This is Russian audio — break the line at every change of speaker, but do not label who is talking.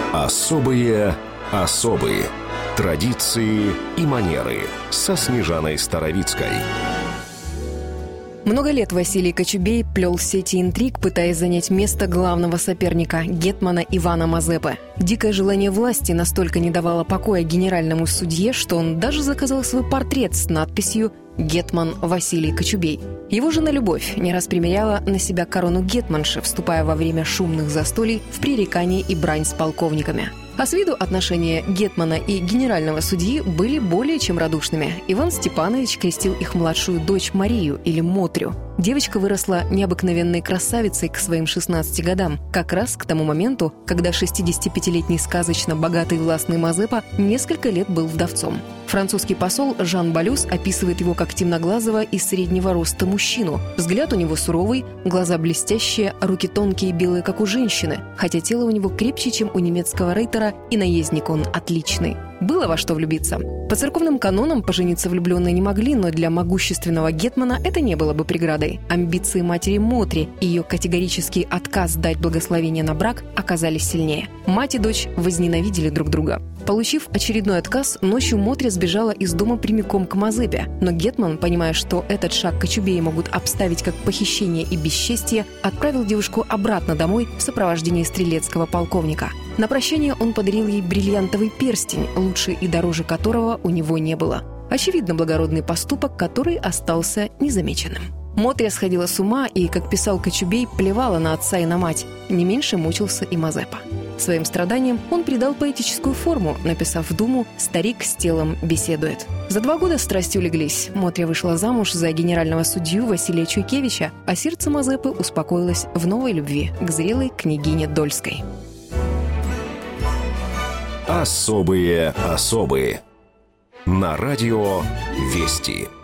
Особые особы. Традиции и манеры со Снежаной Старовицкой.
Много лет Василий Кочубей плел сети интриг, пытаясь занять место главного соперника, гетмана Ивана Мазепы. Дикое желание власти настолько не давало покоя генеральному судье, что он даже заказал свой портрет с надписью «Гетман Василий Кочубей». Его жена Любовь не раз примеряла на себя корону гетманши, вступая во время шумных застолий в пререкание и брань с полковниками. А с виду отношения гетмана и генерального судьи были более чем радушными. Иван Степанович крестил их младшую дочь Марию или Мотрю. Девочка выросла необыкновенной красавицей к своим 16 годам, как раз к тому моменту, когда 65-летний сказочно богатый властный Мазепа несколько лет был вдовцом. Французский посол Жан Балюс описывает его как темноглазого и среднего роста мужчину. Взгляд у него суровый, глаза блестящие, руки тонкие и белые, как у женщины, хотя тело у него крепче, чем у немецкого рейтера, и наездник он отличный. Было во что влюбиться. По церковным канонам пожениться влюбленные не могли, но для могущественного гетмана это не было бы преградой. Амбиции матери Мотри и ее категорический отказ дать благословение на брак оказались сильнее. Мать и дочь возненавидели друг друга. Получив очередной отказ, ночью Мотря сбежала из дома прямиком к Мазепе. Но гетман, понимая, что этот шаг Кочубея могут обставить как похищение и бесчестие, отправил девушку обратно домой в сопровождении стрелецкого полковника. На прощание он подарил ей бриллиантовый перстень, лучше и дороже которого у него не было. Очевидно, благородный поступок, который остался незамеченным. Мотря сходила с ума и, как писал Кочубей, плевала на отца и на мать. Не меньше мучился и Мазепа. Своим страданиям он придал поэтическую форму, написав в Думу «Старик с телом беседует». За 2 года страсти улеглись. Мотря вышла замуж за генерального судью Василия Чуйкевича, а сердце Мазепы успокоилось в новой любви к зрелой княгине Дольской.
Особые особы. На радио «Вести».